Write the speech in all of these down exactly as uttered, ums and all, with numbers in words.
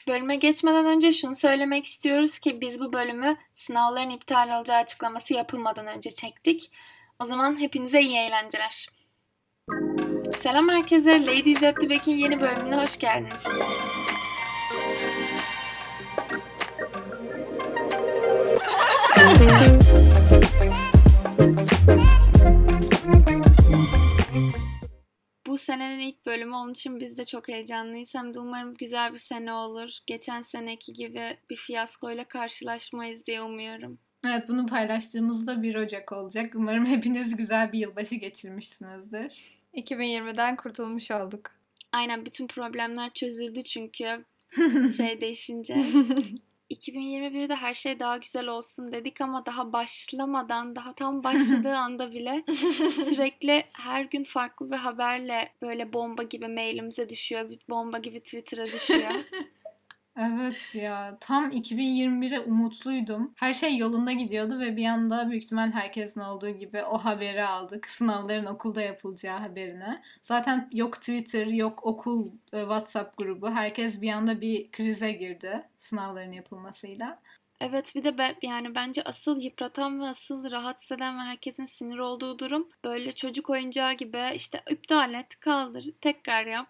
Bölüme geçmeden önce şunu söylemek istiyoruz ki biz bu bölümü sınavların iptal olacağı açıklaması yapılmadan önce çektik. O zaman hepinize iyi eğlenceler. Selam herkese, Ladies at the Back'in yeni bölümüne hoş geldiniz. Bu senenin ilk bölümü, onun için biz de çok heyecanlıyız. Hem de umarım güzel bir sene olur. Geçen seneki gibi bir fiyaskoyla karşılaşmayız diye umuyorum. Evet, bunu paylaştığımızda bir Ocak olacak. Umarım hepiniz güzel bir yılbaşı geçirmişsinizdir. iki bin yirmiden kurtulmuş olduk. Aynen, bütün problemler çözüldü çünkü şey değişince. iki bin yirmi birde her şey daha güzel olsun dedik ama daha başlamadan, daha tam başladığı anda bile sürekli her gün farklı bir haberle böyle bomba gibi mailimize düşüyor, bomba gibi Twitter'a düşüyor. Evet ya, tam iki bin yirmi bire umutluydum. Her şey yolunda gidiyordu ve bir anda büyük ihtimal herkesin olduğu gibi o haberi aldık. Sınavların okulda yapılacağı haberine. Zaten yok Twitter, yok okul e, WhatsApp grubu. Herkes bir anda bir krize girdi sınavların yapılmasıyla. Evet, bir de ben, yani bence asıl yıpratan ve asıl rahatsız eden ve herkesin sinir olduğu durum böyle çocuk oyuncağı gibi işte iptal et, kaldır, tekrar yap.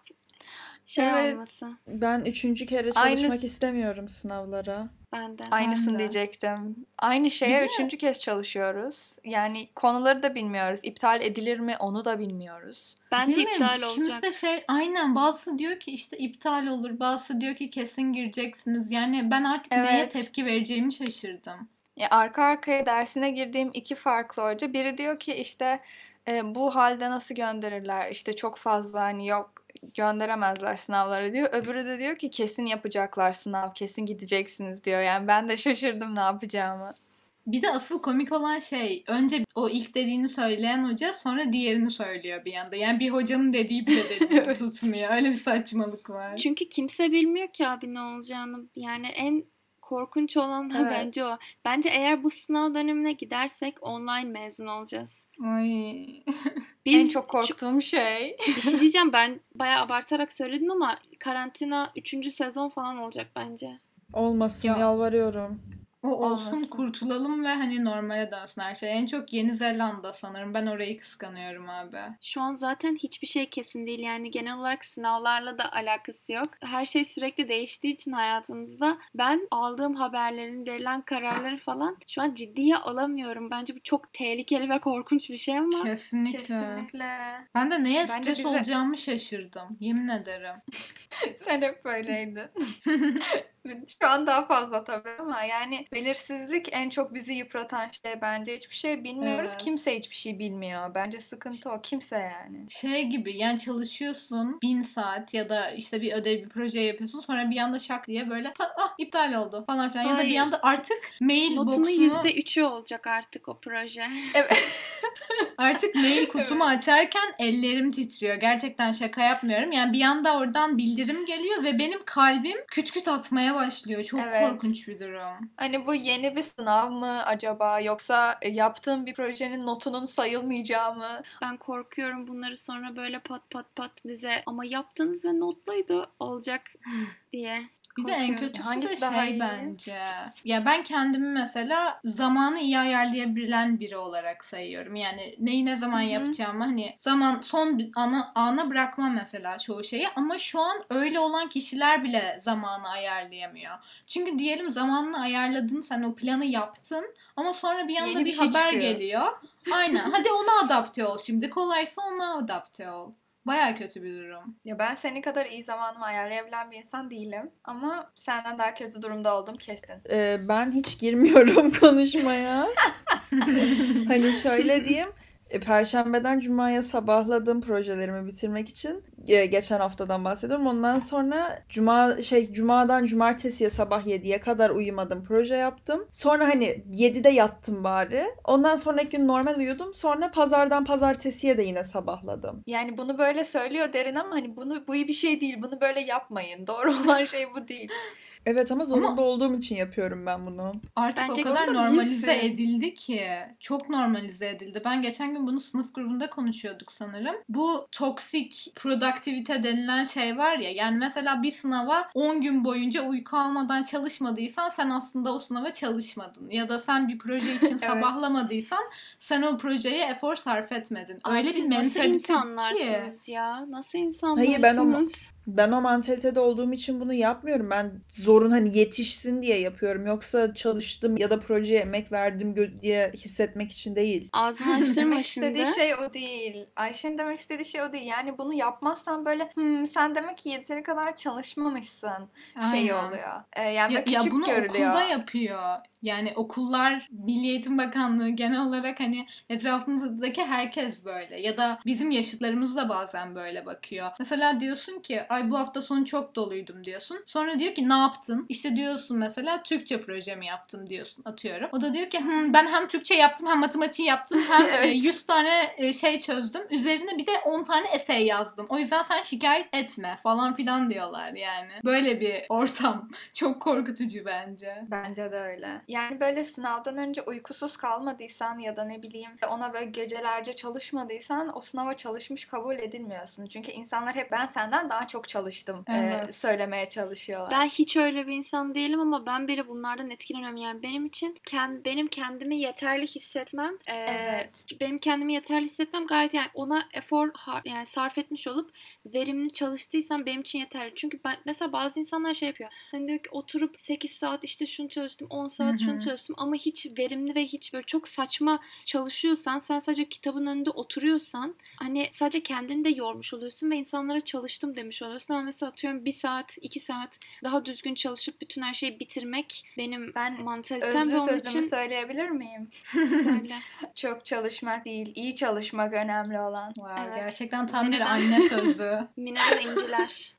Şey Evet. olması. Ben üçüncü kere çalışmak Aynı- istemiyorum sınavlara. Ben de. Aynısını de. diyecektim. Aynı şeye Bir de- üçüncü kez çalışıyoruz. Yani konuları da bilmiyoruz. İptal edilir mi onu da bilmiyoruz. Bence Değil mi? iptal olacak. Kimisi de şey aynen, bazısı diyor ki işte iptal olur, bazısı diyor ki kesin gireceksiniz. Yani ben artık neye Evet. tepki vereceğimi şaşırdım. Ya arka arkaya dersine girdiğim iki farklı hoca. Biri diyor ki işte e, bu halde nasıl gönderirler? İşte çok fazla hani yok gönderemezler sınavlara diyor. Öbürü de diyor ki kesin yapacaklar sınav, kesin gideceksiniz diyor. Yani ben de şaşırdım ne yapacağımı. Bir de asıl komik olan şey, önce o ilk dediğini söyleyen hoca sonra diğerini söylüyor bir yanda. Yani bir hocanın dediği bile dediği Evet. tutmuyor. Öyle bir saçmalık var. Çünkü kimse bilmiyor ki abi ne olacağını. Yani en korkunç olan da Evet. bence o. Bence eğer bu sınav dönemine gidersek online mezun olacağız. Ay. Biz En çok korktuğum şey. bir şey diyeceğim, ben bayağı abartarak söyledim ama karantina üçüncü sezon falan olacak bence. Olmasın, Ya. yalvarıyorum. O olsun, Olmasın. kurtulalım ve hani normale dönsün her şey. En çok Yeni Zelanda sanırım. Ben orayı kıskanıyorum abi. Şu an zaten hiçbir şey kesin değil, yani genel olarak sınavlarla da alakası yok. Her şey sürekli değiştiği için hayatımızda ben aldığım haberlerin, verilen kararları falan şu an ciddiye alamıyorum. Bence bu çok tehlikeli ve korkunç bir şey ama Kesinlikle. Kesinlikle. Ben de neye Bence stres bize- olacağımı şaşırdım. Yemin ederim. Sen hep böyleydin. Şu an daha fazla tabii ama yani belirsizlik en çok bizi yıpratan şey bence. Hiçbir şey bilmiyoruz. Evet. Kimse hiçbir şey bilmiyor. Bence sıkıntı o. Kimse yani. Şey gibi, yani çalışıyorsun bin saat ya da işte bir ödev, bir proje yapıyorsun, sonra bir anda şak diye böyle "Ha, ah iptal oldu" falan filan, ya da bir Hayır. anda artık mail notunun box'umu yüzde üçü olacak artık o proje. Evet. artık mail kutumu açarken ellerim titriyor. Gerçekten şaka yapmıyorum. Yani bir anda oradan bildirim geliyor ve benim kalbim küt küt atmaya başlıyor. Çok Evet. korkunç bir durum. Hani bu yeni bir sınav mı acaba? Yoksa e, yaptığım bir projenin notunun sayılmayacağı mı? Ben korkuyorum bunları sonra böyle pat pat pat bize ama yaptınız ve notluydu olacak diye. Bir de en Korkuyorum. kötüsü Hangisi de daha şey iyi? bence. Ya ben kendimi mesela zamanı iyi ayarlayabilen biri olarak sayıyorum. Yani neyi ne zaman Hı hı. yapacağımı, hani zaman son bir ana, ana bırakmam mesela çoğu şeyi, ama şu an öyle olan kişiler bile zamanı ayarlayamıyor. Çünkü diyelim zamanını ayarladın, sen o planı yaptın ama sonra bir anda Yeni bir, bir şey haber çıkıyor. geliyor. Aynen. Hadi ona adapte ol şimdi. Kolaysa ona adapte ol. Baya kötü bir durum. Ya ben senin kadar iyi zamanımı ayarlayabilen bir insan değilim. Ama senden daha kötü durumda oldum kesin. Ee, ben hiç girmiyorum konuşmaya. Hani şöyle diyeyim. e, Perşembeden Cuma'ya sabahladım projelerimi bitirmek için. E, geçen haftadan bahsediyorum. Ondan sonra Cuma şey Cuma'dan Cumartesiye sabah yediye kadar uyumadım. Proje yaptım. Sonra hani yedide yattım bari. Ondan sonraki gün normal uyudum. Sonra pazardan pazartesiye de yine sabahladım. Yani bunu böyle söylüyor derin ama hani bunu bu iyi bir şey değil. Bunu böyle yapmayın. Doğru olan şey bu değil. Evet ama zorunda Ama olduğum için yapıyorum ben bunu. artık Bence o kadar zorunda normalize değilsin. edildi ki. Çok normalize edildi. Ben geçen gün bunu sınıf grubunda konuşuyorduk sanırım. Bu toksik productivity denilen şey var ya. Yani mesela bir sınava on gün boyunca uyku almadan çalışmadıysan sen aslında o sınava çalışmadın. Ya da sen bir proje için Evet. sabahlamadıysan sen o projeye efor sarf etmedin. Abi Öyle bir siz nasıl mentalite ki. insanlarsınız ya? Nasıl Hayır ben o insanlarsınız? ben o mantalitede olduğum için bunu yapmıyorum. Ben zorun hani yetişsin diye yapıyorum. Yoksa çalıştım ya da projeye emek verdim gö- diye hissetmek için değil. Ağzını açtırma Demek şimdi. istediği şey o değil. Ayşe'nin demek istediği şey o değil. Yani bunu yapmazsan böyle "Hmm, sen demek ki yeteri kadar çalışmamışsın" şeyi Aynen. oluyor. Ee, yani Ya, böyle ya küçük bunu görülüyor. okulda yapıyor. Yani okullar, Milli Eğitim Bakanlığı genel olarak hani etrafımızdaki herkes böyle. Ya da bizim yaşıtlarımız da bazen böyle bakıyor. Mesela diyorsun ki ay bu hafta sonu çok doluydum diyorsun. Sonra diyor ki ne yaptın? İşte diyorsun mesela Türkçe projemi yaptım diyorsun atıyorum. O da diyor ki "Hı, ben hem Türkçe yaptım hem matematiği yaptım hem Evet. e, yüz tane e, şey çözdüm. Üzerine bir de on tane essay yazdım. O yüzden sen şikayet etme falan filan diyorlar yani. Böyle bir ortam. Çok korkutucu bence. Bence de öyle. Yani böyle sınavdan önce uykusuz kalmadıysan ya da ne bileyim ona böyle gecelerce çalışmadıysan o sınava çalışmış kabul edilmiyorsun. Çünkü insanlar hep ben senden daha çok çalıştım e, Evet. söylemeye çalışıyorlar. Ben hiç öyle bir insan değilim ama ben bile bunlardan etkileniyorum. Yani benim için kend, benim kendimi yeterli hissetmem, e, Evet. benim kendimi yeterli hissetmem gayet yani ona efor har- yani sarf etmiş olup verimli çalıştıysam benim için yeterli. Çünkü ben mesela bazı insanlar şey yapıyor. Hani diyor ki oturup sekiz saat işte şunu çalıştım, on saat Hı şunu hı. çalıştım ama hiç verimli ve hiç böyle çok saçma çalışıyorsan, sen sadece kitabın önünde oturuyorsan hani sadece kendini de yormuş oluyorsun ve insanlara çalıştım demiş oluyorsun. Ama mesela atıyorum bir saat, iki saat daha düzgün çalışıp bütün her şeyi bitirmek benim Ben mantalitem özlü ve onun sözümü için söyleyebilir miyim? söyle. Çok çalışmak değil, iyi çalışmak önemli olan. Wow, Evet. gerçekten tam bir Mine'den- anne sözü. Mineral inciler.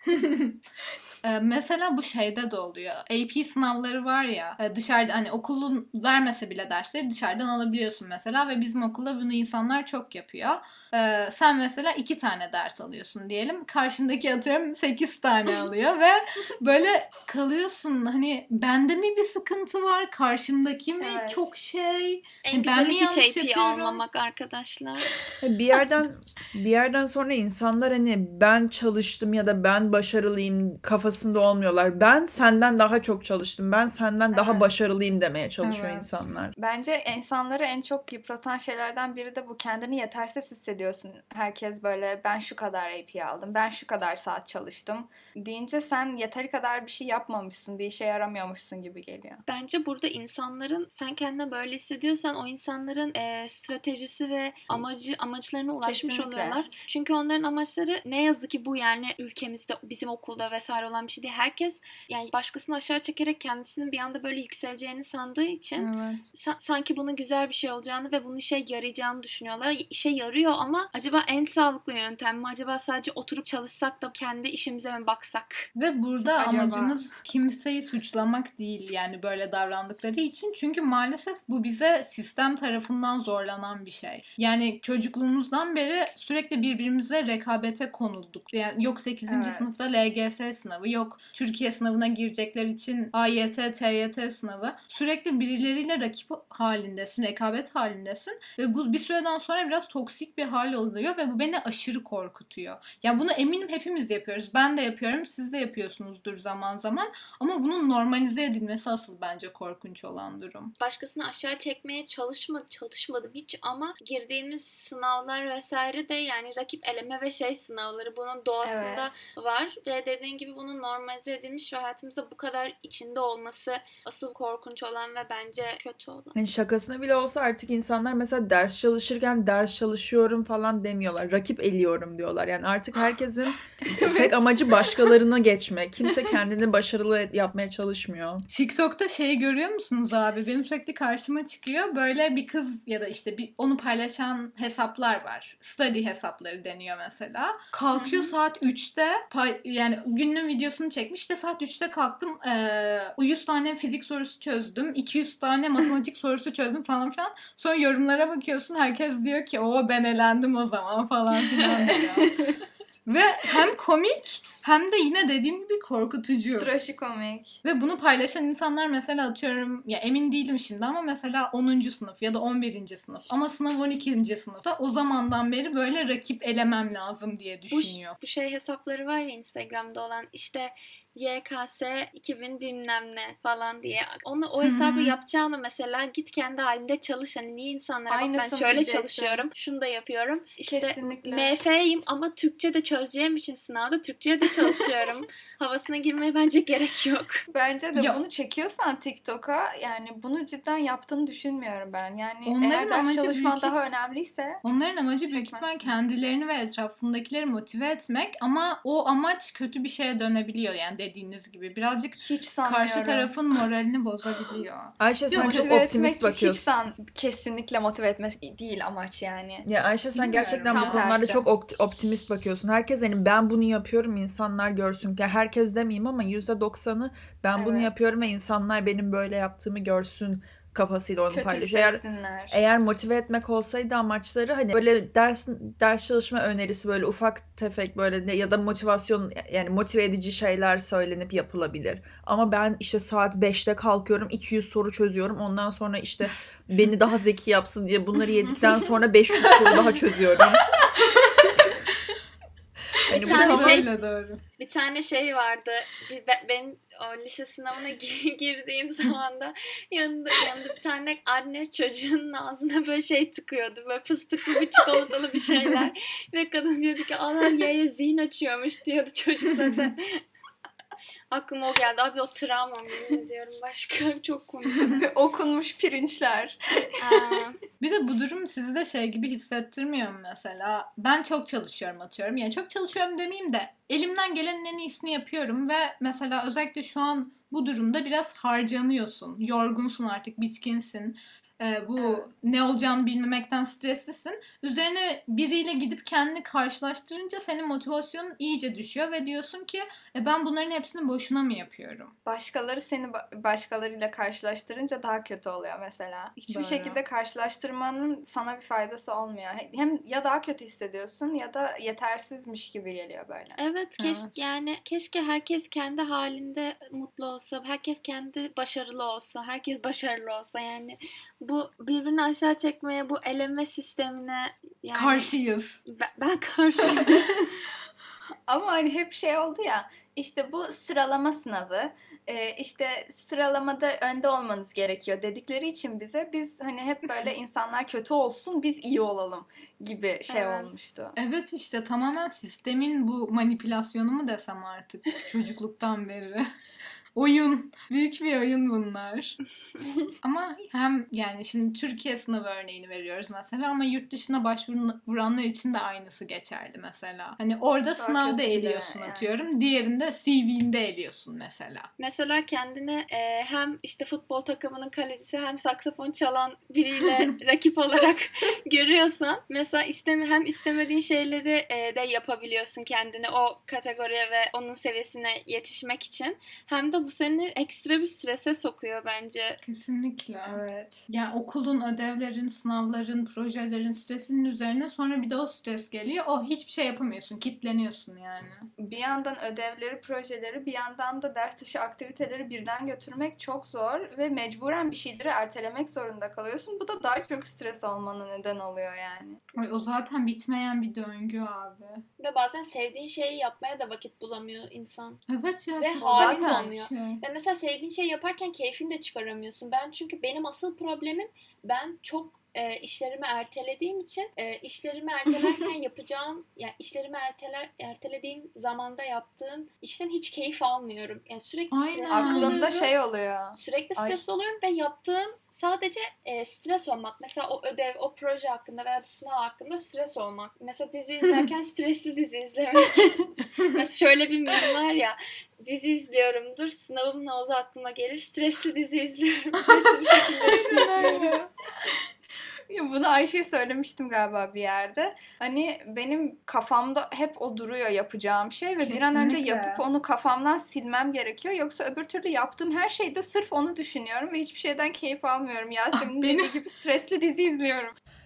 Ee, Mesela bu şeyde de oluyor. A P sınavları var ya e, dışarıda hani okulun vermese bile dersleri dışarıdan alabiliyorsun mesela ve bizim okulda bunu insanlar çok yapıyor. Ee, sen mesela iki tane ders alıyorsun diyelim. Karşındaki atıyorum sekiz tane alıyor ve böyle kalıyorsun hani bende mi bir sıkıntı var? Karşımdaki mi Evet. çok şey? En Ben güzeli mi hiç yanlış A P yapıyorum? almamak arkadaşlar. Bir yerden bir yerden sonra insanlar hani ben çalıştım ya da ben başarılıyım kafasında olmuyorlar. Ben senden daha çok çalıştım. Ben senden daha Evet. başarılıyım demeye çalışıyor Evet. insanlar. Bence insanları en çok yıpratan şeylerden biri de bu. Kendini yetersiz hissediyorsun. Herkes böyle ben şu kadar A P aldım, ben şu kadar saat çalıştım deyince sen yeteri kadar bir şey yapmamışsın, bir işe yaramıyormuşsun gibi geliyor. Bence burada insanların sen kendine böyle hissediyorsan o insanların e, stratejisi ve amacı amaçlarına ulaşmış Kesinlikle. oluyorlar. Çünkü onların amaçları ne yazık ki bu yani ülkemizde bizim okulda vesaire olan bir şey değil. Herkes yani başkasını aşağı çekerek kendisinin bir anda böyle yükseleceğini sandığı için Evet. sa- sanki bunun güzel bir şey olacağını ve bunun işe yarayacağını düşünüyorlar. İşe yarıyor ama acaba en sağlıklı yöntem mi? Acaba sadece oturup çalışsak da kendi işimize mi baksak? Ve burada Acaba? amacımız kimseyi suçlamak değil yani böyle davrandıkları için. Çünkü maalesef bu bize sistem tarafından zorlanan bir şey. Yani çocukluğumuzdan beri sürekli birbirimize rekabete konulduk. Yani yok sekizinci Evet. sınıfta L G S sınavı, yok Türkiye sınavına girecekler için A Y T, T Y T sınavı. Sürekli birileriyle rakip halindesin, rekabet halindesin. Ve bu bir süreden sonra biraz toksik bir hal oluyor ve bu beni aşırı korkutuyor. Ya bunu eminim hepimiz de yapıyoruz. Ben de yapıyorum, siz de yapıyorsunuzdur zaman zaman. Ama bunun normalize edilmesi asıl bence korkunç olan durum. Başkasını aşağı çekmeye çalışmadı, çalışmadım hiç ama girdiğimiz sınavlar vesaire de yani rakip eleme ve şey sınavları bunun doğasında Evet. var ve dediğin gibi bunun normalize edilmiş ve hayatımızda bu kadar içinde olması asıl korkunç olan ve bence kötü olan. Hani şakasına bile olsa artık insanlar mesela ders çalışırken ders çalışıyorum falan demiyorlar. Rakip eliyorum diyorlar. Yani artık herkesin tek amacı başkalarına geçmek. Kimse kendini başarılı yapmaya çalışmıyor. TikTok'ta şeyi görüyor musunuz abi? Benim sürekli karşıma çıkıyor. Böyle bir kız ya da işte bir onu paylaşan hesaplar var. Study hesapları deniyor mesela. Kalkıyor Hı hı. saat üçte pay- yani günlüğün videosunu çekmiş. İşte saat üçte kalktım. Ee, yüz tane fizik sorusu çözdüm. iki yüz tane matematik sorusu çözdüm falan filan. Sonra yorumlara bakıyorsun. Herkes diyor ki o ben elendim o zaman falan filan diyor. Ve hem komik hem de yine dediğim gibi korkutucu. Trajikomik. Ve bunu paylaşan insanlar mesela atıyorum ya emin değilim şimdi ama mesela onuncu sınıf ya da on birinci sınıf ama sınav on ikinci sınıfta o zamandan beri böyle rakip elemem lazım diye düşünüyor. Bu, bu şey hesapları var ya Instagram'da olan işte Y K S iki bin bilmem ne falan diye. Onu, o hesabı yapacağını mesela git kendi halinde çalış. Hani niye insanlara bak ben Aynısını şöyle diyecektim. çalışıyorum, şunu da yapıyorum. İşte Kesinlikle. M F'yim ama Türkçe de çözeceğim için sınavda Türkçe'ye de çalışıyorum. Havasına girmeye bence gerek yok. Bence de Ya- bunu çekiyorsan TikTok'a yani bunu cidden yaptığını düşünmüyorum ben. Yani Onların eğer ders amacı çalışman büyük daha ihtim- önemliyse Onların amacı büyük ihtimal Çekmezsin. kendilerini ve etrafındakileri motive etmek ama o amaç kötü bir şeye dönebiliyor yani dediğiniz gibi. Birazcık hiç sanmıyorum. karşı tarafın moralini bozabiliyor. Ayşe sen çok motive etmek optimist hiç bakıyorsun. san kesinlikle motive etmek değil amaç yani. Ya Ayşe sen Bilmiyorum. gerçekten bu Tam konularda tersi. çok opt- optimist bakıyorsun. Herkes hani ben bunu yapıyorum insanlar görsün. Ya herkes demeyeyim ama yüzde doksanı ben bunu Evet. yapıyorum ve insanlar benim böyle yaptığımı görsün kafasıyla onu Kötü paylaşıyor. Eğer, hissetsinler. eğer motive etmek olsaydı amaçları hani böyle ders ders çalışma önerisi böyle ufak tefek böyle ne- ya da motivasyon yani motive edici şeyler söylenip yapılabilir. Ama ben işte saat beşte kalkıyorum iki yüz soru çözüyorum. Ondan sonra işte beni daha zeki yapsın diye bunları yedikten sonra beş yüz soru daha çözüyorum. Hani Bir bu tane tamam. şey- Öyle doğru. Bir tane şey vardı. Bir, be- benim o lise sınavına gi- girdiğim zamanda yanında, yanında bir tane anne çocuğunun ağzına böyle şey tıkıyordu. Böyle fıstıklı bir çikolatalı bir şeyler. Ve kadın diyordu ki Allah Y'ye zihin açıyormuş diyordu çocuk zaten. Aklıma o geldi. Abi o travma yemin ediyorum. Başka çok komik. Okunmuş pirinçler. Aa, Bir de bu durum sizi de şey gibi hissettirmiyor mu mesela? Ben çok çalışıyorum atıyorum. Yani çok çalışıyorum demeyeyim de elimden gelenin en iyisini yapıyorum ve mesela özellikle şu an bu durumda biraz harcanıyorsun. Yorgunsun artık, bitkinsin. Ee, bu Evet. ne olacağını bilmemekten streslisin. Üzerine biriyle gidip kendini karşılaştırınca senin motivasyonun iyice düşüyor ve diyorsun ki e ben bunların hepsini boşuna mı yapıyorum? Başkaları seni ba- başkalarıyla karşılaştırınca daha kötü oluyor mesela. Hiçbir Doğru. şekilde karşılaştırmanın sana bir faydası olmuyor. Hem ya daha kötü hissediyorsun ya da yetersizmiş gibi geliyor böyle. evet, keş, Evet. yani keşke herkes kendi halinde mutlu olsa, herkes kendi başarılı olsa, herkes başarılı olsa yani bu birbirini aşağı çekmeye, bu eleme sistemine yani Karşıyız. ben, ben karşıyım. Ama hani hep şey oldu ya işte bu sıralama sınavı e, işte sıralamada önde olmanız gerekiyor dedikleri için bize biz hani hep böyle insanlar kötü olsun biz iyi olalım gibi şey Evet. olmuştu. Evet işte tamamen sistemin bu manipülasyonu mu desem artık çocukluktan beri. Oyun. Büyük bir oyun bunlar. Ama hem yani şimdi Türkiye sınavı örneğini veriyoruz mesela ama yurt dışına başvuranlar için de aynısı geçerli mesela. Hani orada sınavda kötü bile eliyorsun yani. atıyorum. Diğerinde C V'nde eliyorsun mesela. Mesela kendini e, hem işte futbol takımının kalecisi hem saksafon çalan biriyle rakip olarak görüyorsan mesela isteme, hem istemediğin şeyleri e, de yapabiliyorsun kendini o kategoriye ve onun seviyesine yetişmek için. Hem de bu seni ekstra bir strese sokuyor bence. Kesinlikle. Evet. Yani okulun, ödevlerin, sınavların, projelerin stresinin üzerine sonra bir de o stres geliyor. O hiçbir şey yapamıyorsun. Kitleniyorsun yani. Bir yandan ödevleri, projeleri, bir yandan da ders dışı aktiviteleri birden götürmek çok zor ve mecburen bir şeyleri ertelemek zorunda kalıyorsun. Bu da daha çok stres olmana neden oluyor yani. Ay, o zaten bitmeyen bir döngü abi. Ve bazen sevdiğin şeyi yapmaya da vakit bulamıyor insan. Evet ya. Ve çok halin zaten olmuyor. şey. Ve mesela sevdiğin şey yaparken keyfini de çıkaramıyorsun. Ben çünkü benim asıl problemim ben çok e, işlerimi ertelediğim için e, işlerimi ertelerken yapacağım yani işlerimi erteler ertelediğim zamanda yaptığım işten hiç keyif almıyorum. Yani sürekli Aynen. stresli Aklında oluyorum. şey oluyor. Sürekli Ay. stresli oluyorum ve yaptığım sadece e, stres olmak. Mesela o ödev, o proje hakkında veya bir sınav hakkında stres olmak. Mesela dizi izlerken stresli dizi izlemek. Mesela şöyle bir meme var ya, dizi izliyorumdur, sınavım ne oldu aklıma gelir, stresli dizi izliyorum, stresli bir şekilde dizi izliyorum. Ya bunu Ayşe'ye söylemiştim galiba bir yerde. Hani benim kafamda hep o duruyor yapacağım şey ve bir an önce Kesinlikle. yapıp onu kafamdan silmem gerekiyor. Yoksa öbür türlü yaptığım her şeyde sırf onu düşünüyorum ve hiçbir şeyden keyif almıyorum. Yasemin'in benim- dediği gibi stresli dizi izliyorum.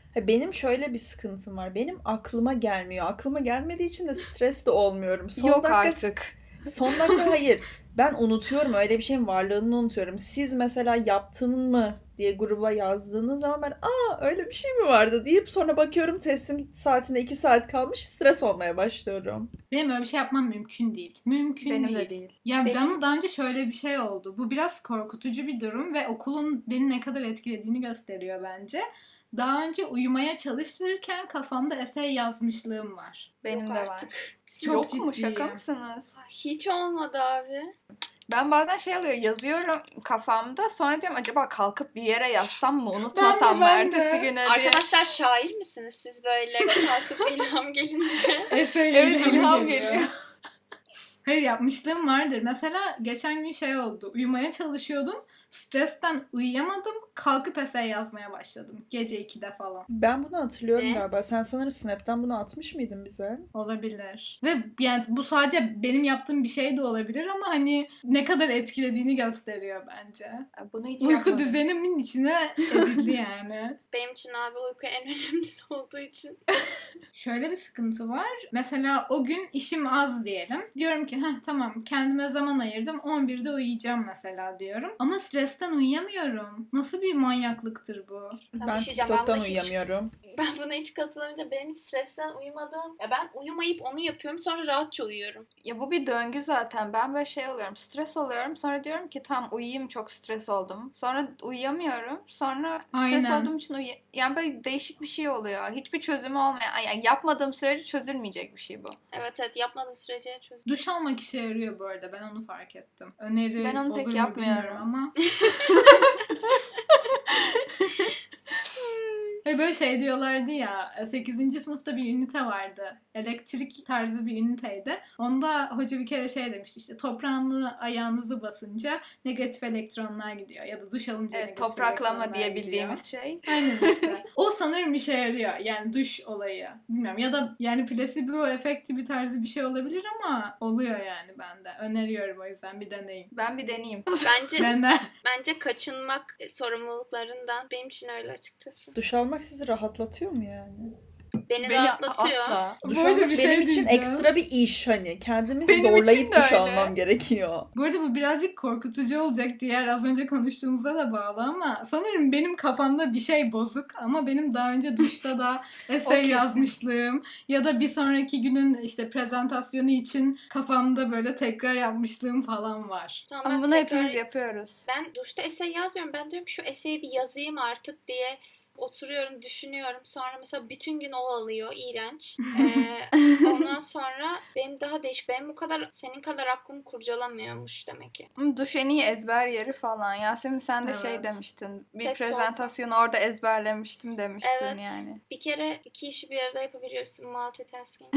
Ha, benim şöyle bir sıkıntım var. Benim aklıma gelmiyor. Aklıma gelmediği için de stres de olmuyorum. Son Yok dakika artık. Son dakika hayır. Ben unutuyorum. Öyle bir şeyin varlığını unutuyorum. Siz mesela yaptın mı diye gruba yazdığınız zaman ben aa öyle bir şey mi vardı deyip sonra bakıyorum teslim saatine iki saat kalmış, stres olmaya başlıyorum. Benim öyle bir şey yapmam mümkün değil. Mümkün Benim değil. de değil. Ya Benim- bana daha önce şöyle bir şey oldu. Bu biraz korkutucu bir durum ve okulun beni ne kadar etkilediğini gösteriyor bence. Daha önce uyumaya çalışırken kafamda essay yazmışlığım var. Benim Yok de artık. var. Çok Yok mu? Şaka ciddiyim. mısınız? Hiç olmadı abi. Ben bazen şey oluyor, yazıyorum kafamda, sonra diyorum acaba kalkıp bir yere yazsam mı, Ben unutmasam de, mı ben de. ertesi güne diye. Arkadaşlar şair misiniz siz böyle kalkıp ilham gelince? Essay Evet, ilhamı ilham geliyor. geliyor. Hayır, yapmışlığım vardır. Mesela geçen gün şey oldu. Uyumaya çalışıyordum. Stresten uyuyamadım. Kalkıp essay yazmaya başladım. Gece ikide falan. Ben bunu hatırlıyorum Ne? galiba. Sen sanırım Snap'ten bunu atmış mıydın bize? Olabilir. Ve yani bu sadece benim yaptığım bir şey de olabilir ama hani ne kadar etkilediğini gösteriyor bence. Bunu hiç Uyku yapmadım. düzenimin içine edildi yani. Benim için abi uyku en önemlisi olduğu için. Şöyle bir sıkıntı var. Mesela o gün işim az diyelim. Diyorum ki heh tamam kendime zaman ayırdım. on birde uyuyacağım mesela diyorum. Ama stresten uyuyamıyorum. Nasıl bir manyaklıktır bu? Ben Ben bir şey diyeceğim, ben TikTok'tan buna hiç- uyuyamıyorum. Ben buna hiç katılamayacağım. Benim hiç stresten uyumadığım. Ya ben uyumayıp onu yapıyorum sonra rahatça uyuyorum. Ya bu bir döngü zaten. Ben böyle şey oluyorum, stres oluyorum. Sonra diyorum ki tam uyuyayım, çok stres oldum. Sonra uyuyamıyorum. Sonra stres Aynen. olduğum için uyu... Yani böyle değişik bir şey oluyor. Hiçbir çözümü olmayan, yani yapmadığım sürece çözülmeyecek bir şey bu. Evet evet yapmadığın sürece çöz. Duş almak işe yarıyor bu arada. Ben onu fark ettim. Öneri Ben onu pek olur mu yapmıyorum. bilmiyorum ama. Ve böyle şey diyorlardı ya, sekizinci sınıfta bir ünite vardı. Elektrik tarzı bir üniteydi. Onda hoca bir kere şey demişti, işte toprağını ayağınızı basınca negatif elektronlar gidiyor. Ya da duş alınca Evet, negatif topraklama elektronlar diye gidiyor. bildiğimiz şey. Aynen işte. O sanırım işe yarıyor. Yani duş olayı. Bilmiyorum. Ya da yani placebo efekti bir tarzı bir şey olabilir ama oluyor yani bende. Öneriyorum o yüzden bir deneyin. Ben bir deneyeyim. Bence Dene. bence kaçınmak e, sorumluluklarından benim için öyle açıkçası. Duş almak sizi rahatlatıyor mu yani? Beni, Beni rahatlatıyor. asla. Duş Bu arada almak bir şey benim için diyeceğim. ekstra bir iş hani. Kendimi Benim için zorlayıp de duş öyle. almam gerekiyor. Bu arada bu birazcık korkutucu olacak, diğer az önce konuştuğumuza da bağlı ama sanırım benim kafamda bir şey bozuk ama benim daha önce duşta da essay kesin. yazmışlığım ya da bir sonraki günün işte prezentasyonu için kafamda böyle tekrar yapmışlığım falan var. Tamam, Ama ben bunu tekrar- hepimiz yapıyoruz. Ben duşta essay yazmıyorum. Ben diyorum ki şu essay'i bir yazayım artık diye oturuyorum, düşünüyorum. Sonra mesela bütün gün o alıyor. İğrenç. Ee, ondan sonra benim daha değişik. Benim bu kadar senin kadar aklım kurcalamıyormuş demek ki. Ama duş en iyi ezber yeri falan. Yasemin sen de şey Evet. demiştin. Bir TED Talk. prezentasyonu orada ezberlemiştim demiştin Evet. yani. Bir kere iki işi bir arada yapabiliyorsun. Multitasking.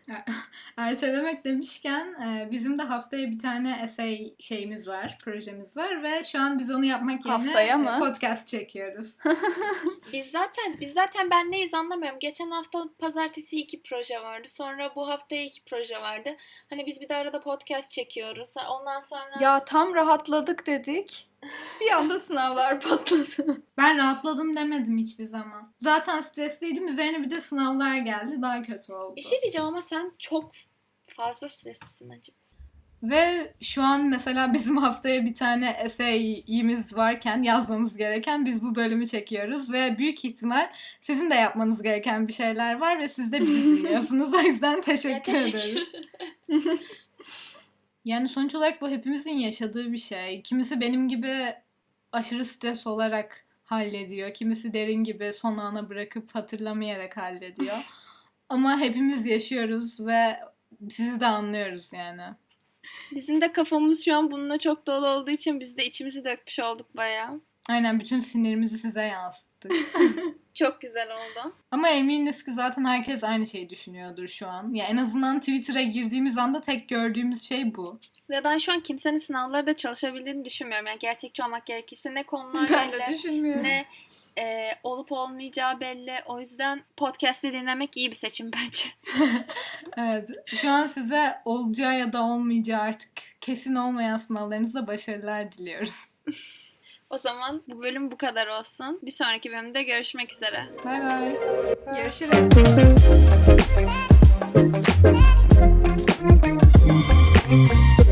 Ertelemek demişken e, bizim de haftaya bir tane essay şeyimiz var, projemiz var ve şu an biz onu yapmak yerine Haftaya e, mı? podcast çekiyoruz. Biz zaten biz zaten ben neyiz anlamıyorum. Geçen hafta pazartesi iki proje vardı. Sonra bu haftaya iki proje vardı. Hani biz bir de arada podcast çekiyoruz. Ondan sonra Ya tam rahatladık dedik. Bir anda sınavlar patladı. Ben rahatladım demedim hiçbir zaman. Zaten stresliydim. Üzerine bir de sınavlar geldi. Daha kötü oldu. bir şey diyeceğim ama sen çok fazla streslisin acaba. Ve şu an mesela bizim haftaya bir tane essay'imiz varken, yazmamız gereken, biz bu bölümü çekiyoruz ve büyük ihtimal sizin de yapmanız gereken bir şeyler var ve siz de bizi dinliyorsunuz. O yüzden teşekkür, Ya, teşekkür ederiz. ederim. Yani sonuç olarak bu hepimizin yaşadığı bir şey. Kimisi benim gibi aşırı stres olarak hallediyor. Kimisi derin gibi son ana bırakıp hatırlamayarak hallediyor. Ama hepimiz yaşıyoruz ve sizi de anlıyoruz yani. Bizim de kafamız şu an bununla çok dolu olduğu için biz de içimizi dökmüş olduk bayağı. Aynen, bütün sinirimizi size yansıttık. Çok güzel oldu. Ama eminiz ki zaten herkes aynı şeyi düşünüyordur şu an. Ya en azından Twitter'a girdiğimiz anda tek gördüğümüz şey bu. Ve ben şu an kimsenin sınavlarda çalışabildiğini düşünmüyorum. Yani gerçekçi olmak gerekirse ne konular Ben de belli, düşünmüyorum. ne e, olup olmayacağı belli. O yüzden podcast'i dinlemek iyi bir seçim bence. Evet. Şu an size olacağı ya da olmayacağı artık kesin olmayan sınavlarınızda başarılar diliyoruz. O zaman bu bölüm bu kadar olsun. Bir sonraki bölümde görüşmek üzere. Bay bay. Görüşürüz.